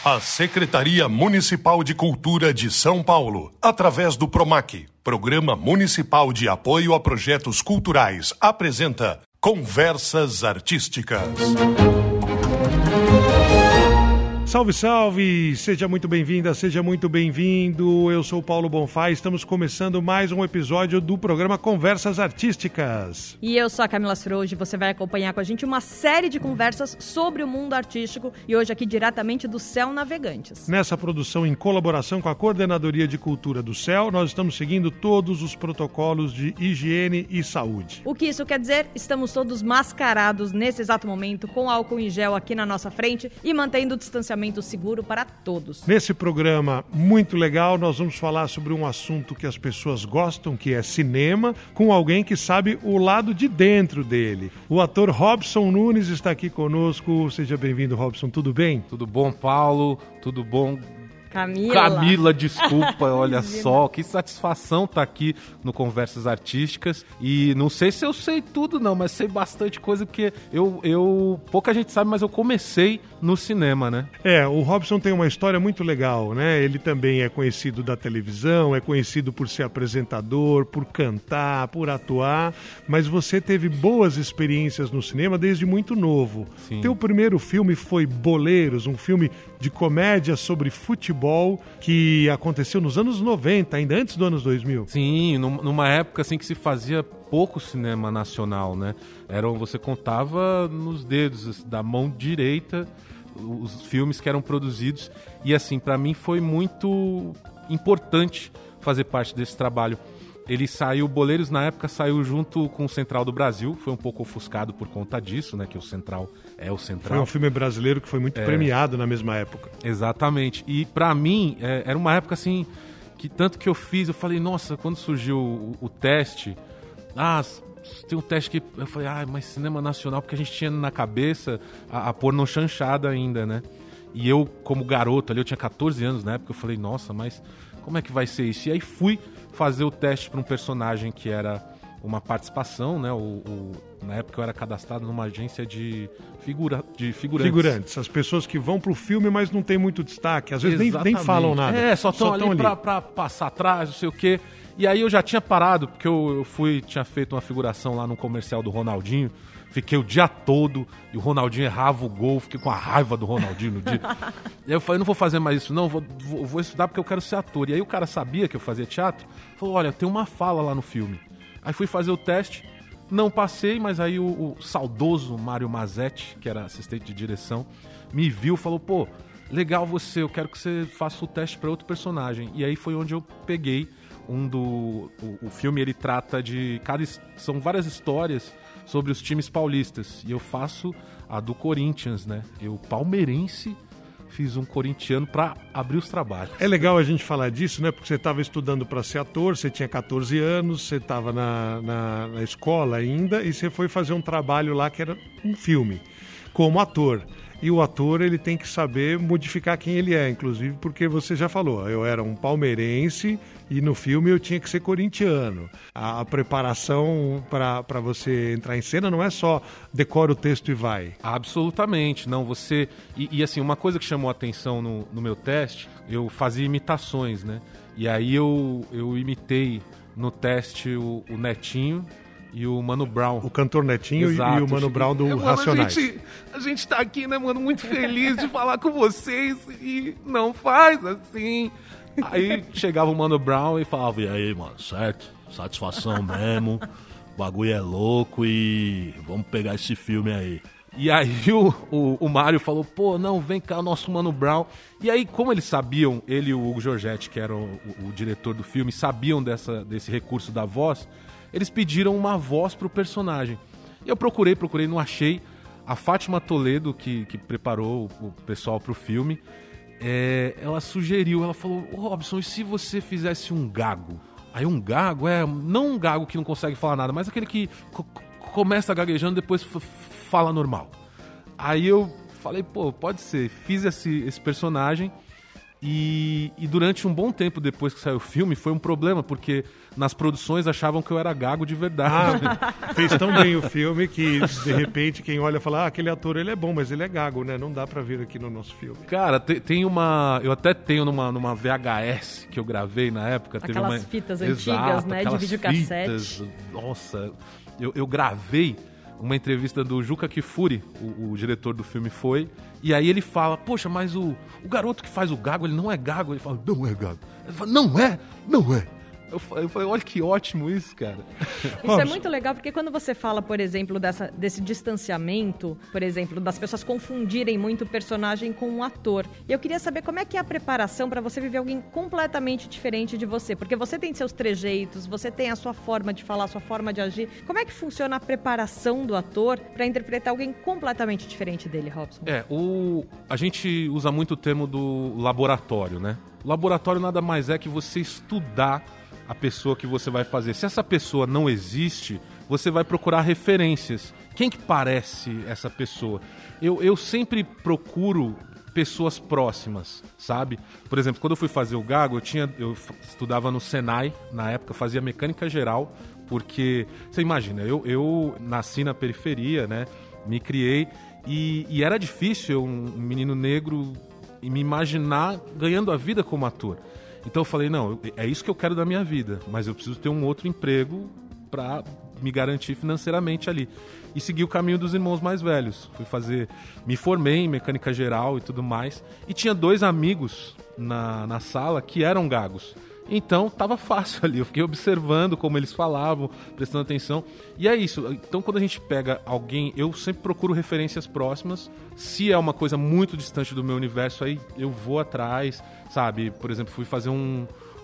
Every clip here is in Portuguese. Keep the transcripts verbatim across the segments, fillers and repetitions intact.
A Secretaria Municipal de Cultura de São Paulo, através do PROMAC, Programa Municipal de Apoio a Projetos Culturais, apresenta Conversas Artísticas. Salve, salve! Seja muito bem-vinda, seja muito bem-vindo. Eu sou o Paulo Bonfá e estamos começando mais um episódio do programa Conversas Artísticas. E eu sou a Camila Surouge, você vai acompanhar com a gente uma série de conversas sobre o mundo artístico e hoje aqui diretamente do Céu Navegantes. Nessa produção em colaboração com a Coordenadoria de Cultura do Céu, nós estamos seguindo todos os protocolos de higiene e saúde. O que isso quer dizer? Estamos todos mascarados nesse exato momento com álcool em gel aqui na nossa frente e mantendo o distanciamento seguro para todos. Nesse programa muito legal, nós vamos falar sobre um assunto que as pessoas gostam, que é cinema, com alguém que sabe o lado de dentro dele. O ator Robson Nunes está aqui conosco. Seja bem-vindo, Robson. Tudo bem? Tudo bom, Paulo? Tudo bom? Camila. Camila, desculpa, olha só, que satisfação estar aqui no Conversas Artísticas. E não sei se eu sei tudo não, mas sei bastante coisa, porque eu, eu pouca gente sabe, mas eu comecei no cinema, né? É, o Robson tem uma história muito legal, né? Ele também é conhecido da televisão, é conhecido por ser apresentador, por cantar, por atuar, mas você teve boas experiências no cinema desde muito novo. Sim. Teu primeiro filme foi Boleiros, um filme de comédia sobre futebol que aconteceu nos anos noventa, ainda antes dos anos dois mil. Sim, numa época assim que se fazia pouco cinema nacional, né? Era, você contava nos dedos da mão direita os filmes que eram produzidos e assim, para mim foi muito importante fazer parte desse trabalho. Ele saiu, Boleiros na época saiu junto com o Central do Brasil, foi um pouco ofuscado por conta disso, né, que o Central é o Central. Foi um filme brasileiro que foi muito é. premiado na mesma época. Exatamente, e pra mim é, era uma época assim, que tanto que eu fiz, eu falei, nossa, quando surgiu o, o teste, ah, tem um teste que, eu falei, ah, mas cinema nacional, porque a gente tinha na cabeça a, a porno chanchada ainda, né, e eu como garoto ali, eu tinha catorze anos na época, eu falei, nossa, mas como é que vai ser isso? E aí fui fazer o teste para um personagem que era uma participação, né? O, o, na época eu era cadastrado numa agência de, figura, de figurantes. Figurantes, as pessoas que vão pro filme, mas não tem muito destaque, às vezes nem, nem falam nada. É, só estão ali, ali. para passar atrás, não sei o quê. E aí eu já tinha parado, porque eu, eu fui, tinha feito uma figuração lá no comercial do Ronaldinho, fiquei o dia todo e o Ronaldinho errava o gol, fiquei com a raiva do Ronaldinho no dia. E aí eu falei, não vou fazer mais isso não, vou, vou, vou estudar porque eu quero ser ator. E aí o cara sabia que eu fazia teatro, falou, olha, tem uma fala lá no filme. Aí fui fazer o teste, não passei, mas aí o, o saudoso Mário Mazetti, que era assistente de direção, me viu e falou, pô, legal você, eu quero que você faça o teste para outro personagem. E aí foi onde eu peguei um do... O, o filme, ele trata de... cada são várias histórias sobre os times paulistas. E eu faço a do Corinthians, né? Eu, palmeirense, fiz um corintiano para abrir os trabalhos. É legal a gente falar disso, né? Porque você estava estudando para ser ator, você tinha catorze anos, você estava na, na, na escola ainda e você foi fazer um trabalho lá que era um filme, como ator. E o ator, ele tem que saber modificar quem ele é, inclusive porque você já falou, eu era um palmeirense e no filme eu tinha que ser corintiano. A, a preparação para você entrar em cena não é só decora o texto e vai. Absolutamente, não, você... E, e assim, uma coisa que chamou a atenção no, no meu teste, eu fazia imitações, né? E aí eu, eu imitei no teste o, o Netinho e o Mano Brown. O cantor Netinho. Exato. E o Mano Brown do é, mano, Racionais. A gente, a gente tá aqui, né, mano, muito feliz de falar com vocês e não faz assim. Aí chegava o Mano Brown e falava, e aí, mano, certo? Satisfação mesmo, o bagulho é louco e vamos pegar esse filme aí. E aí o, o, o Mário falou, pô, não, vem cá, o nosso Mano Brown. E aí, como eles sabiam, ele e o Hugo Giorgetti, que era o, o, o diretor do filme, sabiam dessa, desse recurso da voz, eles pediram uma voz pro personagem. E eu procurei, procurei, não achei. A Fátima Toledo, que, que preparou o pessoal pro filme, é, ela sugeriu, ela falou, ô Robson, e se você fizesse um gago? Aí um gago é, não um gago que não consegue falar nada, mas aquele que co- começa gaguejando e depois f- fala normal. Aí eu falei, pô, pode ser. Fiz esse, esse personagem E, e durante um bom tempo depois que saiu o filme, foi um problema, porque nas produções achavam que eu era gago de verdade. Ah, fez tão bem o filme que, de repente, quem olha fala, ah, aquele ator, ele é bom, mas ele é gago, né? Não dá pra ver aqui no nosso filme. Cara, tem, tem uma... Eu até tenho numa, numa V H S que eu gravei na época. Aquelas teve uma, fitas exato, antigas, né? De aquelas videocassete. fitas, nossa, eu, eu gravei uma entrevista do Juca Kfouri, o, o diretor do filme foi, e aí ele fala, poxa, mas o, o garoto que faz o gago, ele não é gago. Ele fala, não é gago. Ele fala, não é? Não é. Eu falei, olha que ótimo isso, cara. Isso é muito legal, porque quando você fala, por exemplo, dessa, desse distanciamento, por exemplo, das pessoas confundirem muito o personagem com um ator. E eu queria saber como é que é a preparação para você viver alguém completamente diferente de você. Porque você tem seus trejeitos, você tem a sua forma de falar, a sua forma de agir. Como é que funciona a preparação do ator para interpretar alguém completamente diferente dele, Robson? É, o... a gente usa muito o termo do laboratório, né? O laboratório nada mais é que você estudar a pessoa que você vai fazer. Se essa pessoa não existe, você vai procurar referências. Quem que parece essa pessoa? Eu, eu sempre procuro pessoas próximas, sabe? Por exemplo, quando eu fui fazer o gago, eu, tinha, eu estudava no Senai, na época, fazia mecânica geral, porque, você imagina, eu, eu nasci na periferia, né? Me criei, e, e era difícil, um menino negro, me imaginar ganhando a vida como ator. Então eu falei, não, é isso que eu quero da minha vida, mas eu preciso ter um outro emprego para me garantir financeiramente ali. E segui o caminho dos irmãos mais velhos. Fui fazer, me formei em mecânica geral e tudo mais. E tinha dois amigos na, na sala que eram gagos. Então tava fácil ali, eu fiquei observando como eles falavam, prestando atenção. E é isso, então quando a gente pega alguém, eu sempre procuro referências próximas. Se é uma coisa muito distante do meu universo, aí eu vou atrás, sabe? Por exemplo, fui fazer um,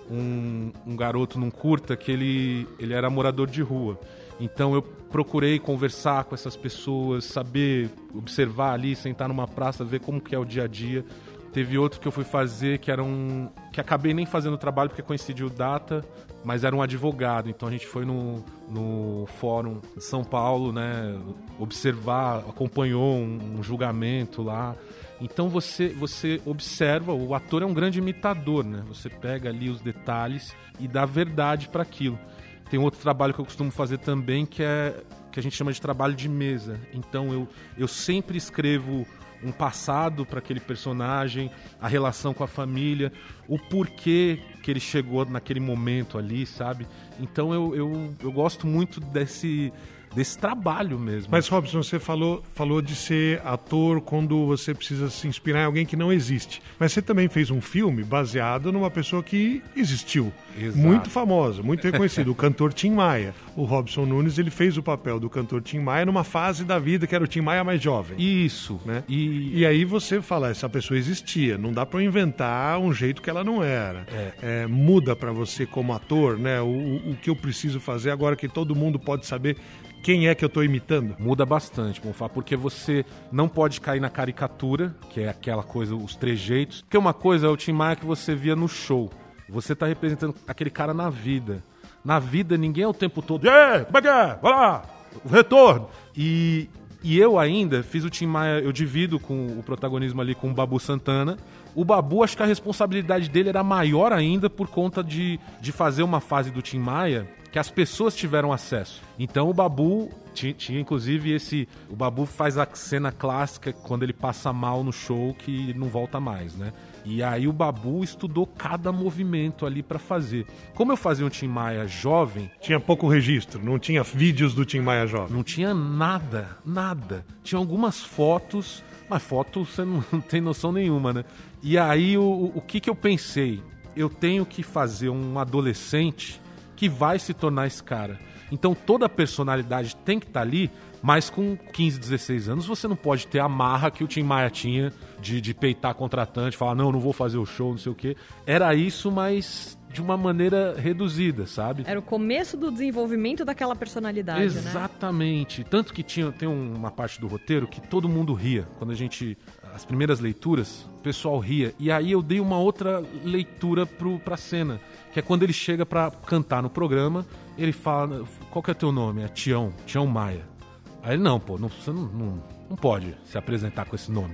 um, um garoto num curta que ele, ele era morador de rua. Então eu procurei conversar com essas pessoas, saber, observar ali, sentar numa praça, ver como que é o dia a dia. Teve outro que eu fui fazer que era um... que acabei nem fazendo o trabalho porque coincidiu data, mas era um advogado. Então a gente foi no, no fórum de São Paulo, né? Observar, acompanhou um, um julgamento lá. Então você, você observa, o ator é um grande imitador, né? Você pega ali os detalhes e dá verdade para aquilo. Tem outro trabalho que eu costumo fazer também que é que a gente chama de trabalho de mesa. Então eu, eu sempre escrevo um passado para aquele personagem, a relação com a família, o porquê que ele chegou naquele momento ali, sabe? Então eu, eu, eu gosto muito desse, desse trabalho mesmo. Mas, Robson, você falou, falou de ser ator quando você precisa se inspirar em alguém que não existe. Mas você também fez um filme baseado numa pessoa que existiu. Exato. Muito famosa, muito reconhecida, o cantor Tim Maia. O Robson Nunes, ele fez o papel do cantor Tim Maia numa fase da vida que era o Tim Maia mais jovem. Isso. Né? E... e aí você fala, essa pessoa existia, não dá pra eu inventar um jeito que ela não era. É. É, muda pra você como ator, né? O, o, o que eu preciso fazer agora que todo mundo pode saber quem é que eu tô imitando? Muda bastante, Bonfá, porque você não pode cair na caricatura, que é aquela coisa, os trejeitos. Porque uma coisa é o Tim Maia que você via no show. Você tá representando aquele cara na vida. Na vida, ninguém é o tempo todo, é, como é que é? Vai lá, o retorno. E, e eu ainda fiz o Tim Maia, eu divido com o protagonismo ali com o Babu Santana. O Babu, acho que a responsabilidade dele era maior ainda por conta de, de fazer uma fase do Tim Maia que as pessoas tiveram acesso. Então o Babu tinha, tinha inclusive esse... O Babu faz a cena clássica quando ele passa mal no show que não volta mais, né? E aí o Babu estudou cada movimento ali pra fazer. Como eu fazia um Tim Maia jovem... Tinha pouco registro, não tinha vídeos do Tim Maia jovem. Não tinha nada, nada. Tinha algumas fotos, mas foto você não, não tem noção nenhuma, né? E aí o, o que que eu pensei? Eu tenho que fazer um adolescente que vai se tornar esse cara. Então toda a personalidade tem que estar ali, mas com quinze, dezesseis anos você não pode ter a marra que o Tim Maia tinha de, de peitar contratante, falar não, não vou fazer o show, não sei o quê. Era isso, mas de uma maneira reduzida, sabe? Era o começo do desenvolvimento daquela personalidade, Exatamente. Né? Tanto que tinha, tem uma parte do roteiro que todo mundo ria. Quando a gente... As primeiras leituras, o pessoal ria. E aí eu dei uma outra leitura pro, pra cena, que é quando ele chega pra cantar no programa, ele fala, qual que é teu nome? É Tião, Tião Maia. Aí ele, não, pô, não, você não, não, não pode se apresentar com esse nome.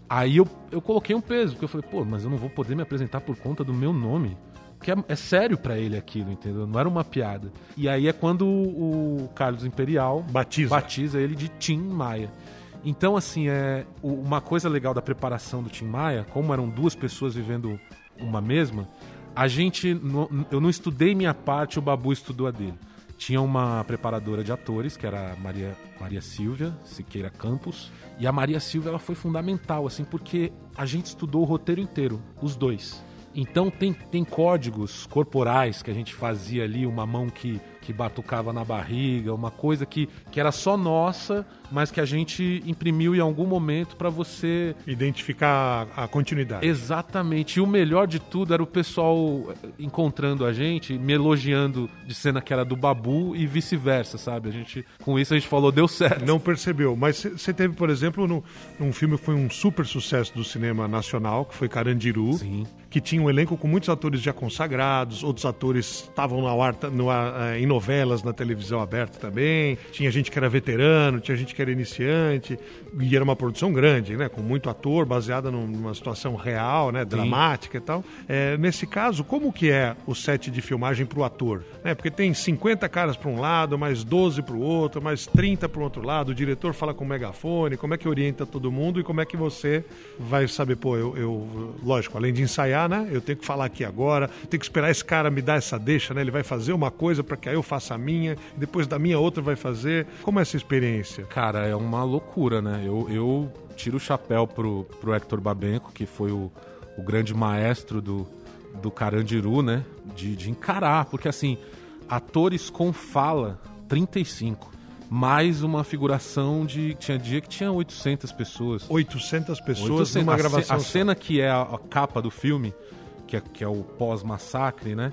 Aí eu, eu coloquei um peso, porque eu falei, pô, mas eu não vou poder me apresentar por conta do meu nome. Porque é, é sério pra ele aquilo, entendeu? Não era uma piada. E aí é quando o, o Carlos Imperial batiza. batiza ele de Tim Maia. Então, assim, é uma coisa legal da preparação do Tim Maia, como eram duas pessoas vivendo uma mesma, a gente, eu não estudei minha parte, o Babu estudou a dele. Tinha uma preparadora de atores, que era a Maria, Maria Silvia Siqueira Campos, e a Maria Silvia ela foi fundamental, assim, porque a gente estudou o roteiro inteiro, os dois. Então tem, tem códigos corporais que a gente fazia ali, uma mão que, que batucava na barriga, uma coisa que, que era só nossa, mas que a gente imprimiu em algum momento para você... identificar a continuidade. Exatamente. E o melhor de tudo era o pessoal encontrando a gente, me elogiando de cena que era do Babu e vice-versa, sabe? A gente, com isso a gente falou, deu certo. Não percebeu, mas você teve, por exemplo, no, num filme que foi um super sucesso do cinema nacional, que foi Carandiru. Sim. Que tinha um elenco com muitos atores já consagrados, outros atores estavam no ar, no ar, em novelas, na televisão aberta também, tinha gente que era veterano, tinha gente que era iniciante, e era uma produção grande, né, com muito ator, baseada numa situação real, né, dramática. Sim. E tal. É, nesse caso, como que é o set de filmagem para o ator? Né, porque tem cinquenta caras para um lado, mais doze para o outro, mais trinta para o outro lado, o diretor fala com o megafone, como é que orienta todo mundo e como é que você vai saber, pô, eu, eu lógico, além de ensaiar, né? Eu tenho que falar aqui agora, eu tenho que esperar esse cara me dar essa deixa, né? Ele vai fazer uma coisa para que aí eu faça a minha, depois da minha outra vai fazer. Como é essa experiência? Cara, é uma loucura, né? Eu, eu tiro o chapéu pro, pro Hector Babenco, que foi o, o grande maestro do, do Carandiru, né? De, de encarar, porque assim, atores com fala, trinta e cinco. Mais uma figuração de... Tinha dia que tinha oitocentas pessoas. oitocentas pessoas oitocentas. numa a gravação. Ce, a cena que é a, a capa do filme, que é, que é o pós-massacre, né?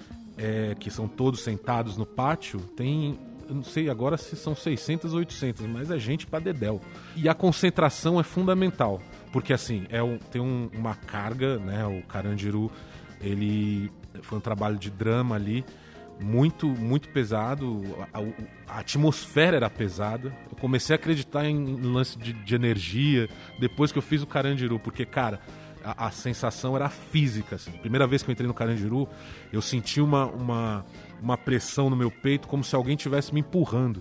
É, que são todos sentados no pátio, tem... Eu não sei agora se são seiscentas ou oitocentas, mas é gente pra dedéu. E a concentração é fundamental. Porque, assim, é um, tem um, uma carga, né? O Carandiru, ele... Foi um trabalho de drama ali, muito, muito pesado, a, a atmosfera era pesada. Eu comecei a acreditar em lance de, de energia depois que eu fiz o Carandiru, porque, cara, a, a sensação era física, assim. Primeira vez que eu entrei no Carandiru, eu senti uma, uma, uma pressão no meu peito, como se alguém estivesse me empurrando.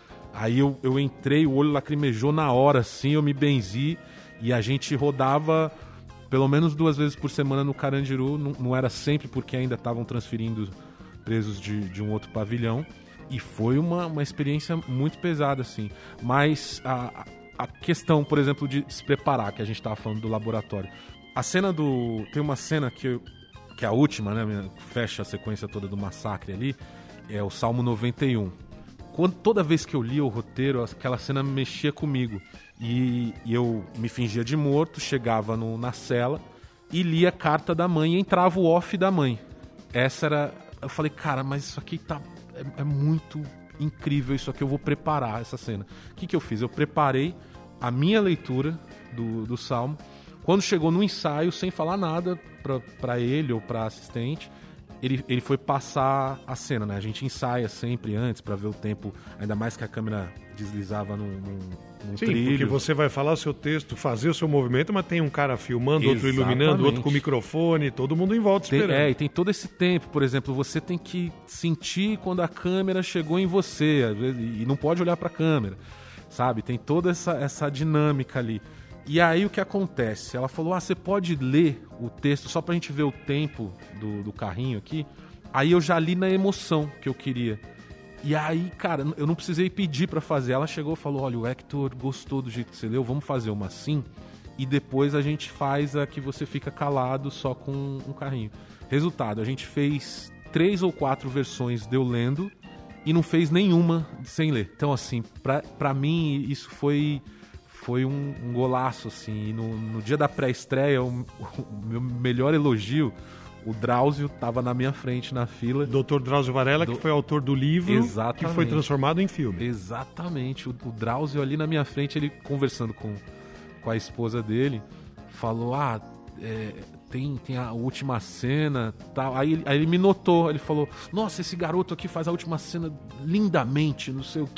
Aí eu, eu entrei, o olho lacrimejou na hora, assim, eu me benzi, e a gente rodava pelo menos duas vezes por semana no Carandiru, não, não era sempre, porque ainda estavam transferindo presos de, de um outro pavilhão, e foi uma, uma experiência muito pesada, assim. Mas a, a questão, por exemplo, de se preparar, que a gente estava falando do laboratório. A cena do... Tem uma cena que, eu, que é a última, né? Fecha a sequência toda do massacre ali, é o Salmo noventa e um. Quando, toda vez que eu lia o roteiro, aquela cena mexia comigo. E, e eu me fingia de morto, chegava no, na cela e lia a carta da mãe e entrava o off da mãe. Essa era... Eu falei, cara, mas isso aqui tá, é, é muito incrível, isso aqui eu vou preparar essa cena. O que, que eu fiz? Eu preparei a minha leitura do, do Salmo. Quando chegou no ensaio, sem falar nada para ele ou para assistente, ele, ele foi passar a cena, né? A gente ensaia sempre antes para ver o tempo, ainda mais que a câmera deslizava num, num, num Sim, trilho. Porque você vai falar o seu texto, fazer o seu movimento, mas tem um cara filmando, Exatamente. Outro iluminando, outro com o microfone, todo mundo em volta tem, esperando. É, e tem todo esse tempo, por exemplo, você tem que sentir quando a câmera chegou em você, às vezes, e não pode olhar para a câmera, sabe? Tem toda essa, essa dinâmica ali. E aí o que acontece? Ela falou, ah, você pode ler o texto só pra gente ver o tempo do, do carrinho aqui? Aí eu já li na emoção que eu queria. E aí, cara, eu não precisei pedir pra fazer. Ela chegou e falou, olha, o Hector gostou do jeito que você leu, vamos fazer uma assim, e depois a gente faz a que você fica calado só com um carrinho. Resultado, a gente fez três ou quatro versões de eu lendo e não fez nenhuma sem ler. Então, assim, pra, pra mim isso foi... Foi um, um golaço, assim. E no, no dia da pré-estreia, o, o meu melhor elogio, o Drauzio estava na minha frente na fila. doutor Drauzio Varela, do... que foi autor do livro, Exatamente. Que foi transformado em filme. Exatamente. O, o Drauzio ali na minha frente, ele conversando com, com a esposa dele, falou, ah, é, tem, tem a última cena, tal. Aí, aí ele me notou, ele falou, nossa, esse garoto aqui faz a última cena lindamente, não sei o quê.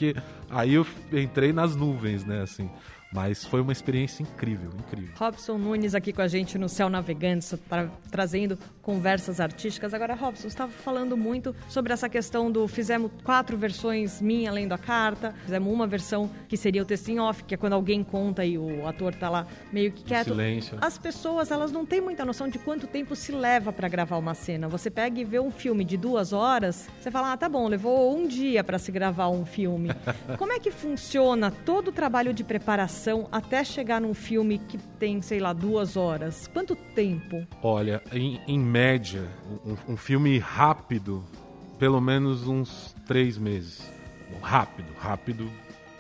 Aí eu entrei nas nuvens, né, assim. Mas foi uma experiência incrível, incrível. Robson Nunes aqui com a gente no Céu Navegante, tra- trazendo conversas artísticas. Agora, Robson, você estava falando muito sobre essa questão do... Fizemos quatro versões minha lendo a carta, fizemos uma versão que seria o texto em off, que é quando alguém conta e o ator está lá meio que quieto. Silêncio. As pessoas, elas não têm muita noção de quanto tempo se leva para gravar uma cena. Você pega e vê um filme de duas horas, você fala, ah, tá bom, levou um dia para se gravar um filme. Como é que funciona todo o trabalho de preparação até chegar num filme que tem, sei lá, duas horas? Quanto tempo? Olha, em, em média, um, um filme rápido, pelo menos uns três meses. Rápido, rápido.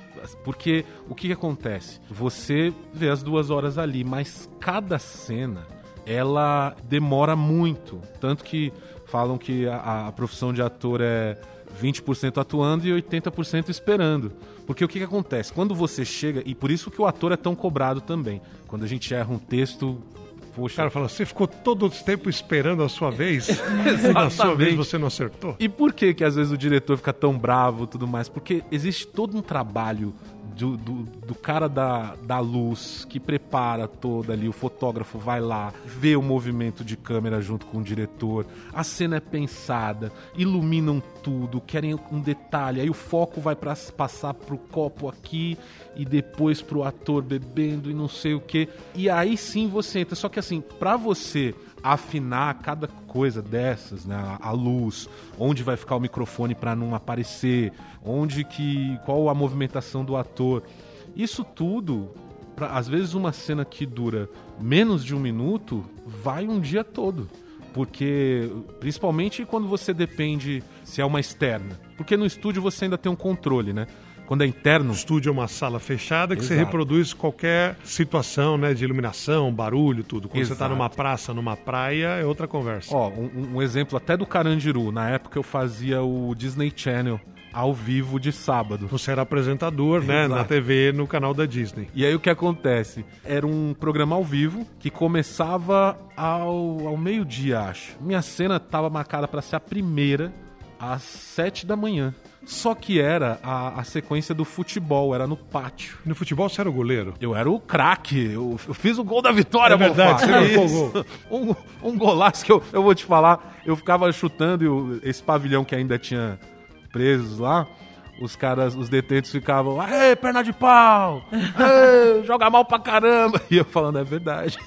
Porque o que, que acontece? Você vê as duas horas ali, mas cada cena, ela demora muito. Tanto que falam que a, a profissão de ator é vinte por cento atuando e oitenta por cento esperando. Porque o que, que acontece? Quando você chega, e por isso que o ator é tão cobrado também, quando a gente erra um texto, poxa... O cara fala, você ficou todo o tempo esperando a sua vez? E na sua vez você não acertou? E por que que às vezes o diretor fica tão bravo e tudo mais? Porque existe todo um trabalho do, do, do cara da, da luz que prepara toda ali, o fotógrafo vai lá, vê o movimento de câmera junto com o diretor, a cena é pensada, iluminam tudo, querem um detalhe, aí o foco vai pra, passar pro copo aqui e depois pro ator bebendo e não sei o que, e aí sim você entra, só que assim, pra você afinar cada coisa dessas, né? A luz, onde vai ficar o microfone para não aparecer, onde que, qual a movimentação do ator, isso tudo, pra, às vezes uma cena que dura menos de um minuto, vai um dia todo, porque principalmente quando você depende se é uma externa, porque no estúdio você ainda tem um controle, né? Quando é interno... O estúdio é uma sala fechada que Exato. Você reproduz qualquer situação, né, de iluminação, barulho, tudo. Quando Exato. Você está numa praça, numa praia, é outra conversa. Ó, um, um exemplo até do Carandiru. Na época eu fazia o Disney Channel ao vivo de sábado. Você era apresentador, né, Exato. na T V, no canal da Disney. E aí o que acontece? Era um programa ao vivo que começava ao, ao meio-dia, acho. Minha cena estava marcada para ser a primeira às sete da manhã. Só que era a, a sequência do futebol, era no pátio. No futebol você era o goleiro? Eu era o craque, eu, eu fiz o gol da vitória, É verdade, Bonfá. você marcou o gol. Um, um golaço que eu, eu vou te falar, eu ficava chutando e o, esse pavilhão que ainda tinha presos lá, os caras, os detentos ficavam, aê, perna de pau, aê, joga mal pra caramba. E eu falando, é verdade.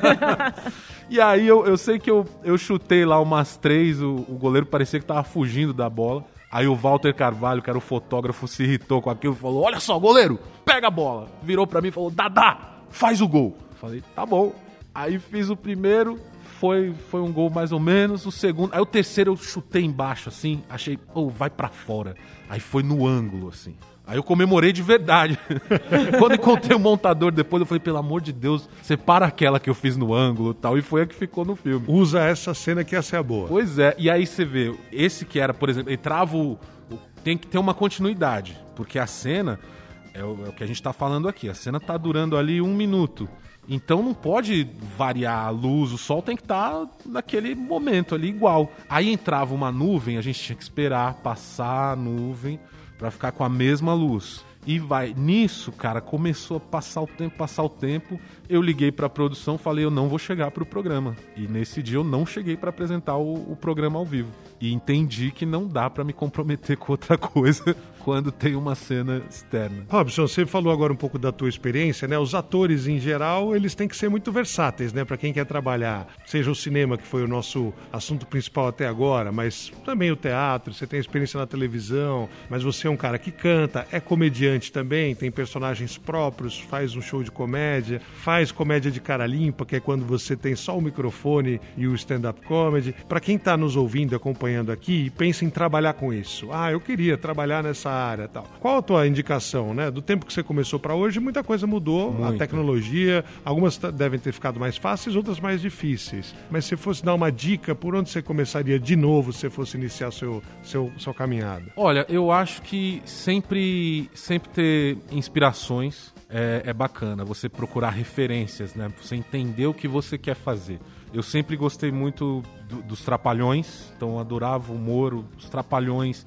E aí eu, eu sei que eu, eu chutei lá umas três, o, o goleiro parecia que tava fugindo da bola. Aí o Walter Carvalho, que era o fotógrafo, se irritou com aquilo e falou, olha só, goleiro, pega a bola. Virou pra mim e falou, Dadá, faz o gol. Falei, tá bom. Aí fiz o primeiro, foi, foi um gol mais ou menos, o segundo... Aí o terceiro eu chutei embaixo, assim, achei, oh, vai pra fora. Aí foi no ângulo, assim. Aí eu comemorei de verdade. Quando encontrei o montador depois, eu falei, pelo amor de Deus, separa aquela que eu fiz no ângulo e tal. E foi a que ficou no filme. Usa essa cena que essa é a boa. Pois é, e aí você vê, esse que era, por exemplo, entrava o... o tem que ter uma continuidade, porque a cena, é o, é o que a gente tá falando aqui, a cena tá durando ali um minuto. Então não pode variar a luz, o sol tem que estar naquele momento ali igual. Aí entrava uma nuvem, a gente tinha que esperar passar a nuvem pra ficar com a mesma luz. E vai, nisso, cara, começou a passar o tempo, passar o tempo. Eu liguei pra produção, falei, eu não vou chegar pro programa. E nesse dia eu não cheguei pra apresentar o, o programa ao vivo. E entendi que não dá pra me comprometer com outra coisa quando tem uma cena externa. Robson, você falou agora um pouco da tua experiência, né? Os atores, em geral, eles têm que ser muito versáteis, né? Pra quem quer trabalhar, seja o cinema, que foi o nosso assunto principal até agora, mas também o teatro, você tem experiência na televisão, mas você é um cara que canta, é comediante também, tem personagens próprios, faz um show de comédia, faz comédia de cara limpa, que é quando você tem só o microfone e o stand-up comedy. Pra quem tá nos ouvindo, acompanhando aqui e pensa em trabalhar com isso. Ah, eu queria trabalhar nessa área e tal. Qual a tua indicação, né? Do tempo que você começou para hoje, muita coisa mudou, Muito. A tecnologia, algumas t- devem ter ficado mais fáceis, outras mais difíceis. Mas se fosse dar uma dica, por onde você começaria de novo se você fosse iniciar seu, seu, sua caminhada? Olha, eu acho que sempre, sempre ter inspirações é, é bacana. Você procurar referências, né? Você entender o que você quer fazer. Eu sempre gostei muito do, dos Trapalhões, então eu adorava o humor, os Trapalhões.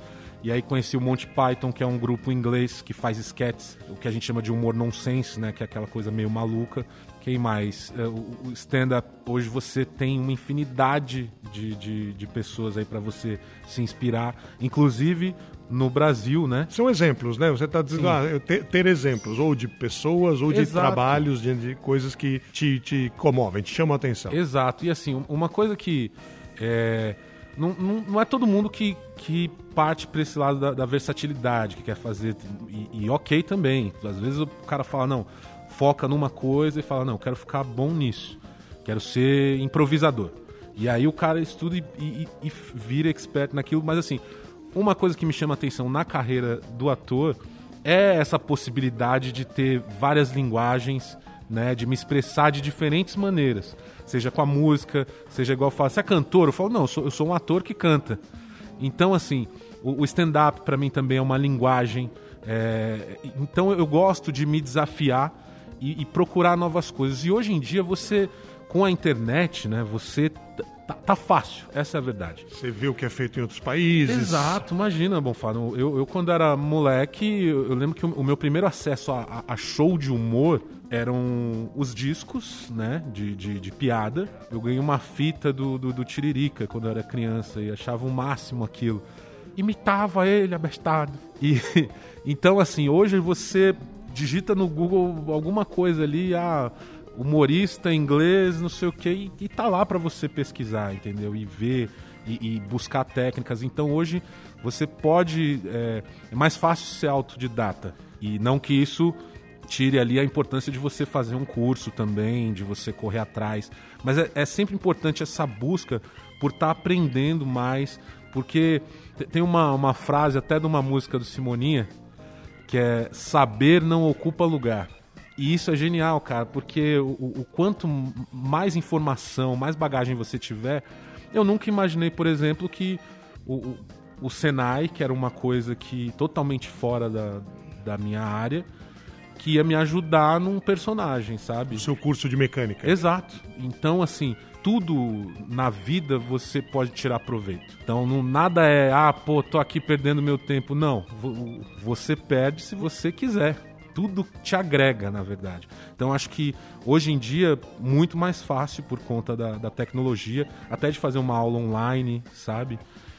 E aí conheci o Monty Python, que é um grupo inglês que faz sketches, o que a gente chama de humor nonsense, né? Que é aquela coisa meio maluca. Quem mais? O stand-up, hoje você tem uma infinidade de, de, de pessoas aí para você se inspirar, inclusive no Brasil, né? São exemplos, né? Você está dizendo, ah, ter, ter exemplos, ou de pessoas, ou de Exato. trabalhos, de, de coisas que te, te comovem, te chamam a atenção. Exato. E assim, uma coisa que... É, não, não, não é todo mundo que, que parte para esse lado da, da versatilidade, que quer fazer... E, e ok também. Às vezes o cara fala, não... foca numa coisa e fala, não, quero ficar bom nisso, quero ser improvisador. E aí o cara estuda e, e, e vira expert naquilo, mas assim, uma coisa que me chama a atenção na carreira do ator é essa possibilidade de ter várias linguagens, né, de me expressar de diferentes maneiras, seja com a música, seja igual eu falo, você é cantor? Eu falo, não, eu sou, eu sou um ator que canta. Então assim, o, o stand-up para mim também é uma linguagem, é, então eu gosto de me desafiar E, e procurar novas coisas. E hoje em dia, você, com a internet, né, você tá, tá fácil, essa é a verdade. Você vê o que é feito em outros países. Exato, imagina, Bonfado. Eu, eu quando era moleque, eu, eu lembro que o, o meu primeiro acesso a, a show de humor eram os discos, né, de, de, de piada. Eu ganhei uma fita do, do, do Tiririca quando eu era criança e achava o máximo aquilo. Imitava ele, abestado. E, então, assim, hoje você... digita no Google alguma coisa ali, ah, humorista inglês, não sei o que, e, e tá lá para você pesquisar, entendeu? E ver, e, e buscar técnicas. Então hoje você pode, é, é mais fácil ser autodidata. E não que isso tire ali a importância de você fazer um curso também, de você correr atrás. Mas é, é sempre importante essa busca por estar tá aprendendo mais, porque tem uma, uma frase até de uma música do Simoninha, que é saber não ocupa lugar. E isso é genial, cara, porque o, o quanto mais informação, mais bagagem você tiver... Eu nunca imaginei, por exemplo, que o, o, o Senai, que era uma coisa que totalmente fora da, da minha área, que ia me ajudar num personagem, sabe? O seu curso de mecânica. Exato. Então, assim... tudo na vida você pode tirar proveito. Então, não, nada é, ah, pô, tô aqui perdendo meu tempo. Não, você perde se você quiser. Tudo te agrega, na verdade. Então, acho que hoje em dia, muito mais fácil por conta da, da tecnologia, até de fazer uma aula online, sabe?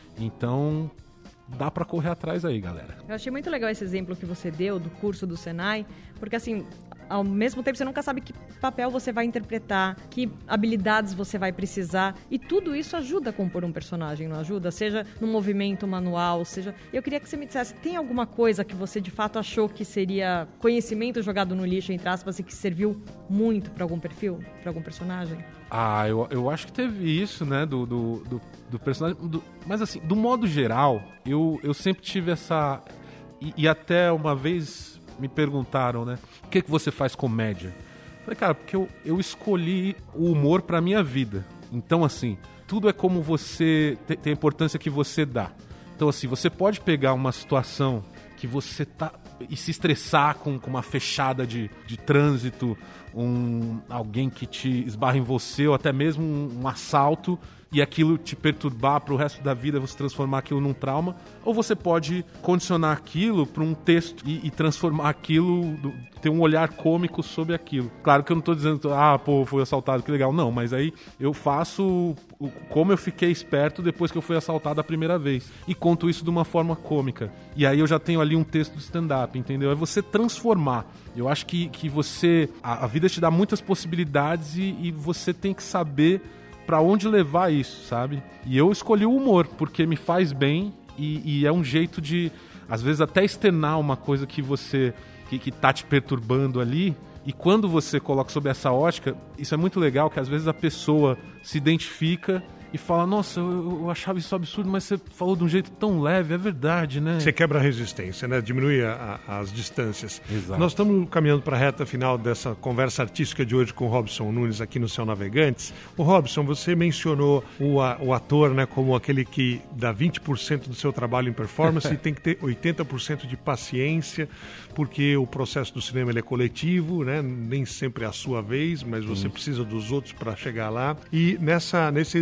Então, dá pra correr atrás aí, galera. Eu achei muito legal esse exemplo que você deu do curso do Senai, porque assim... ao mesmo tempo você nunca sabe que papel você vai interpretar, que habilidades você vai precisar, e tudo isso ajuda a compor um personagem, não ajuda? Seja no movimento manual, seja... Eu queria que você me dissesse, tem alguma coisa que você de fato achou que seria conhecimento jogado no lixo, entre aspas, e que serviu muito para algum perfil, para algum personagem? Ah, eu, eu acho que teve isso, né, do, do, do, do personagem, do, mas assim, do modo geral, eu, eu sempre tive essa... E, e até uma vez... me perguntaram, né? Por que, que você faz comédia? Eu falei, cara, porque eu, eu escolhi o humor pra minha vida. Então, assim, tudo é como você... Tem, tem a importância que você dá. Então, assim, você pode pegar uma situação que você tá... e se estressar com, com uma fechada de, de trânsito, um, alguém que te esbarra em você, ou até mesmo um, um assalto... e aquilo te perturbar para o resto da vida, você transformar aquilo num trauma, ou você pode condicionar aquilo para um texto e, e transformar aquilo, ter um olhar cômico sobre aquilo. Claro que eu não estou dizendo, ah, pô, fui assaltado, que legal. Não, mas aí eu faço como eu fiquei esperto depois que eu fui assaltado a primeira vez. E conto isso de uma forma cômica. E aí eu já tenho ali um texto de stand-up, entendeu? É você transformar. Eu acho que, que você... A, a vida te dá muitas possibilidades e, e você tem que saber... pra onde levar isso, sabe? E eu escolhi o humor, porque me faz bem e, e é um jeito de, às vezes, até externar uma coisa que você, que, que tá te perturbando ali. E quando você coloca sob essa ótica, isso é muito legal, que às vezes a pessoa se identifica e fala, nossa, eu, eu achava isso absurdo, mas você falou de um jeito tão leve, é verdade, né? Você quebra a resistência, né? Diminui a, a, as distâncias. Exato. Nós estamos caminhando para a reta final dessa conversa artística de hoje com o Robson Nunes aqui no Céu Navegantes. O Robson, você mencionou o, a, o ator, né, como aquele que dá vinte por cento do seu trabalho em performance e tem que ter oitenta por cento de paciência, porque o processo do cinema ele é coletivo, né? Nem sempre é a sua vez, mas você hum. precisa dos outros para chegar lá. E nessa, nesse exercício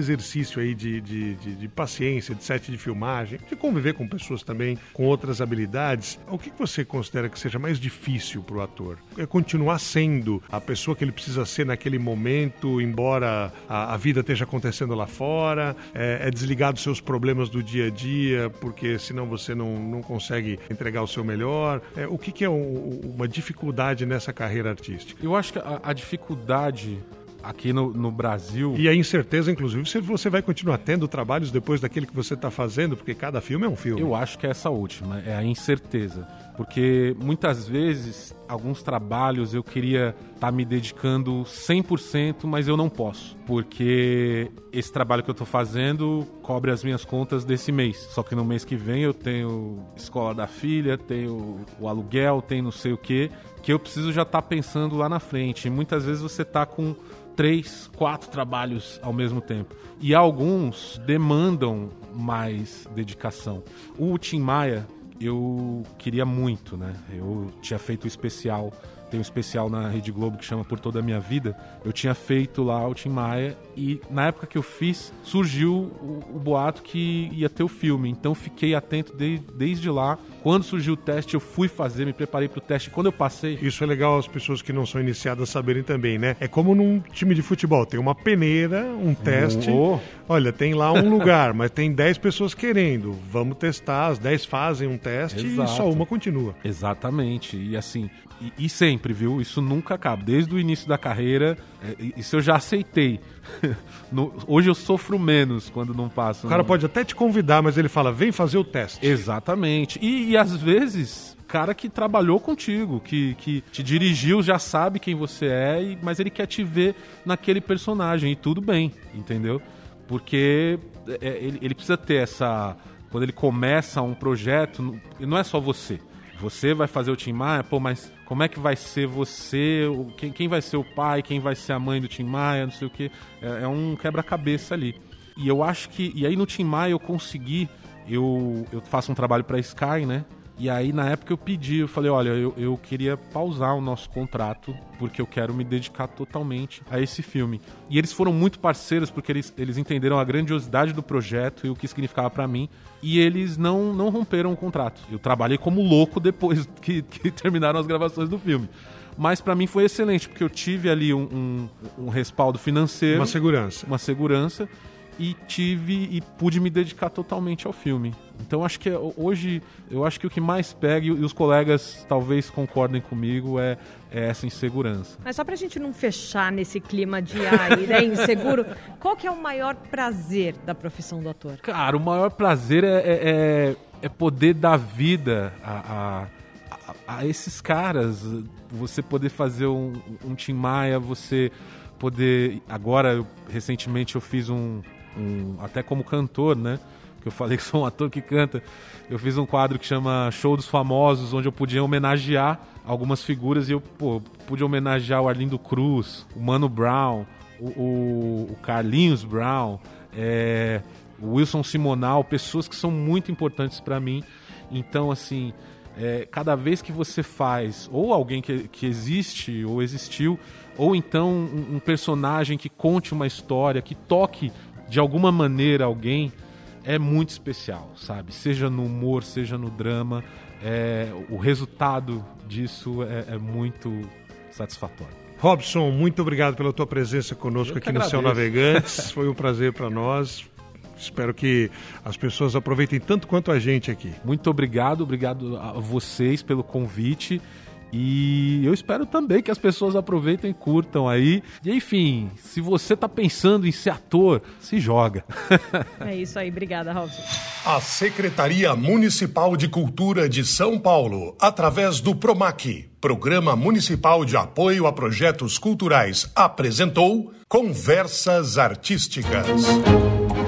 exercício aí de, de, de, de paciência, de set de filmagem, de conviver com pessoas também com outras habilidades, o que você considera que seja mais difícil para o ator? É continuar sendo a pessoa que ele precisa ser naquele momento, embora a, a vida esteja acontecendo lá fora, é, é desligar dos seus problemas do dia a dia, porque senão você não, não consegue entregar o seu melhor. É, o que, que é um, uma dificuldade nessa carreira artística? Eu acho que a, a dificuldade aqui no, no Brasil... E a incerteza, inclusive, se você vai continuar tendo trabalhos depois daquele que você está fazendo, porque cada filme é um filme. Eu acho que é essa última, é a incerteza. Porque muitas vezes, alguns trabalhos eu queria estar tá me dedicando cem por cento, mas eu não posso. Porque esse trabalho que eu estou fazendo cobre as minhas contas desse mês. Só que no mês que vem eu tenho escola da filha, tenho o aluguel, tenho não sei o quê, que eu preciso já estar tá pensando lá na frente. E muitas vezes você está com três, quatro trabalhos ao mesmo tempo. E alguns demandam mais dedicação. O Tim Maia, eu queria muito, né? Eu tinha feito o especial, tem um especial na Rede Globo que chama Por Toda a Minha Vida. Eu tinha feito lá o Tim Maia e na época que eu fiz, surgiu o, o boato que ia ter o filme. Então fiquei atento de, desde lá. Quando surgiu o teste, eu fui fazer, me preparei para o teste. Quando eu passei... Isso é legal as pessoas que não são iniciadas saberem também, né? É como num time de futebol. Tem uma peneira, um teste. Oh. Olha, tem lá um lugar, mas tem dez pessoas querendo. Vamos testar, as dez fazem um teste. Exato. E só uma continua. Exatamente. E assim, e, e sempre, viu? Isso nunca acaba. Desde o início da carreira, isso eu já aceitei. No, hoje eu sofro menos quando não passo. O cara no... pode até te convidar, mas ele fala, vem fazer o teste. Exatamente. E, e às vezes, cara que trabalhou contigo, que, que te dirigiu, já sabe quem você é, e, mas ele quer te ver naquele personagem. E tudo bem, entendeu? Porque é, ele, ele precisa ter essa... Quando ele começa um projeto, não é só você. Você vai fazer o Tim Maia, pô, mas como é que vai ser você, quem, quem vai ser o pai, quem vai ser a mãe do Tim Maia, não sei o quê. É, é um quebra-cabeça ali. E eu acho que... E aí no Tim Maia eu consegui... Eu, eu faço um trabalho pra Sky, né? E aí na época eu pedi, eu falei, olha, eu, eu queria pausar o nosso contrato porque eu quero me dedicar totalmente a esse filme. E eles foram muito parceiros porque eles, eles entenderam a grandiosidade do projeto e o que significava pra mim. E eles não, não romperam o contrato. Eu trabalhei como louco depois que, que terminaram as gravações do filme. Mas pra mim foi excelente, porque eu tive ali um, um, um respaldo financeiro. Uma segurança. Uma segurança. E tive e pude me dedicar totalmente ao filme. Então acho que hoje, eu acho que o que mais pega, e os colegas talvez concordem comigo, é, é essa insegurança. Mas só pra gente não fechar nesse clima de ai, né, inseguro, qual que é o maior prazer da profissão do ator? Cara, o maior prazer é, é, é poder dar vida a, a, a esses caras. Você poder fazer um, um Tim Maia, você poder... Agora, eu, recentemente, eu fiz um... Um, até como cantor, né? Que eu falei que sou um ator que canta. Eu fiz um quadro que chama Show dos Famosos, onde eu podia homenagear algumas figuras e eu pô, pude homenagear o Arlindo Cruz, o Mano Brown, o, o, o Carlinhos Brown, é, o Wilson Simonal, pessoas que são muito importantes para mim. Então, assim, é, cada vez que você faz ou alguém que, que existe ou existiu, ou então um, um personagem que conte uma história, que toque de alguma maneira alguém, é muito especial, sabe? Seja no humor, seja no drama, é, o resultado disso é, é muito satisfatório. Robson, muito obrigado pela tua presença conosco aqui no Céu Navegantes. Foi um prazer para nós. Espero que as pessoas aproveitem tanto quanto a gente aqui. Muito obrigado, obrigado a vocês pelo convite. E eu espero também que as pessoas aproveitem e curtam aí. E enfim, se você tá pensando em ser ator, se joga. É isso aí, obrigada, Robson. A Secretaria Municipal de Cultura de São Paulo, através do PROMAC, Programa Municipal de Apoio a Projetos Culturais, apresentou Conversas Artísticas.